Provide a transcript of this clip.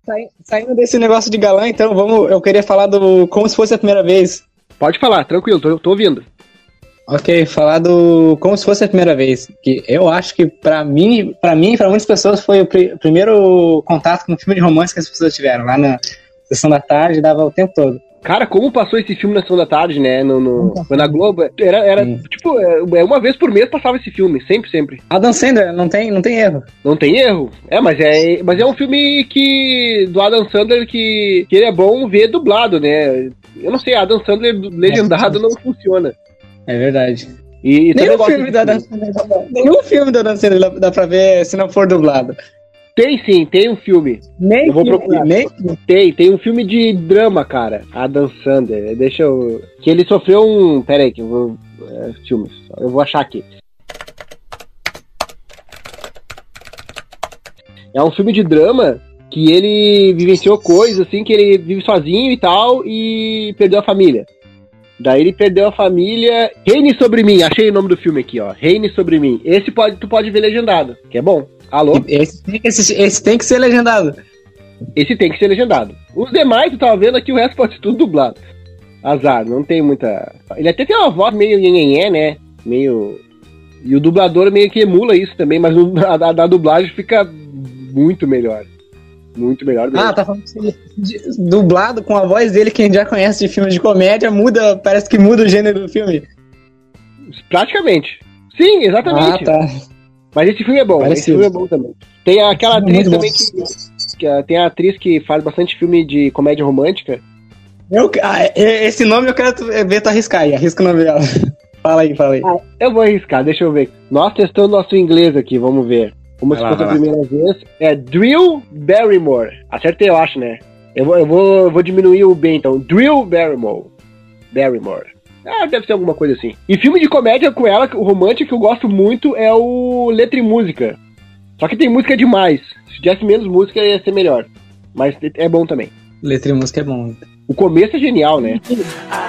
Saindo desse negócio de galã, então, eu queria falar do Como Se Fosse a Primeira Vez. Pode falar, tranquilo, tô ouvindo. Ok, falar do Como Se Fosse a Primeira Vez, que eu acho que pra mim e pra muitas pessoas foi o primeiro contato com um filme de romance que as pessoas tiveram, lá na Sessão da Tarde, dava o tempo todo. Cara, como passou esse filme na Sessão da Tarde, né, foi na Globo, era tipo, uma vez por mês passava esse filme, sempre. Adam Sandler, não tem erro. Não tem erro, mas é um filme do Adam Sandler que ele é bom ver dublado, né, eu não sei, Adam Sandler legendado não funciona. É verdade. Nenhum filme do Adam Sandler dá pra ver se não for dublado. Tem sim, tem um filme. Eu vou procurar. Tem um filme de drama, cara. Adam Sandler. Deixa eu... Que ele sofreu um... Pera aí, que eu vou... filmes. Eu vou achar aqui. É um filme de drama que ele vivenciou coisas, assim, que ele vive sozinho e tal, e perdeu a família. Daí ele perdeu a família. Reine Sobre Mim. Achei o nome do filme aqui, ó. Reine Sobre Mim. Tu pode ver legendado, que é bom. Alô? Esse tem que ser legendado. Esse tem que ser legendado. Os demais, tu tava vendo aqui, o resto pode ser tudo dublado. Azar, não tem muita... Ele até tem uma voz meio nhenhenhé, né? Meio... E o dublador meio que emula isso também, mas a dublagem fica muito melhor. Muito melhor mesmo. Ah, tá falando dublado com a voz dele, quem já conhece de filme de comédia, parece que muda o gênero do filme. Praticamente. Sim, exatamente. Ah, tá. Mas esse filme é bom, Parecido. Esse filme é bom também. Tem aquela atriz também tem a atriz que faz bastante filme de comédia romântica. Esse nome eu quero ver tu arriscar aí, arrisca o nome dela. Fala aí. Eu vou arriscar, deixa eu ver. Nós testando nosso inglês aqui, vamos ver. Como se fosse a primeira vez. É Drew Barrymore. Acertei, eu acho, né? Eu vou diminuir o B, então. Drew Barrymore. Deve ser alguma coisa assim. E filme de comédia com ela, o romântico que eu gosto muito é o Letra e Música. Só que tem música demais. Se tivesse menos música ia ser melhor. Mas é bom também. Letra e música é bom. O começo é genial, né?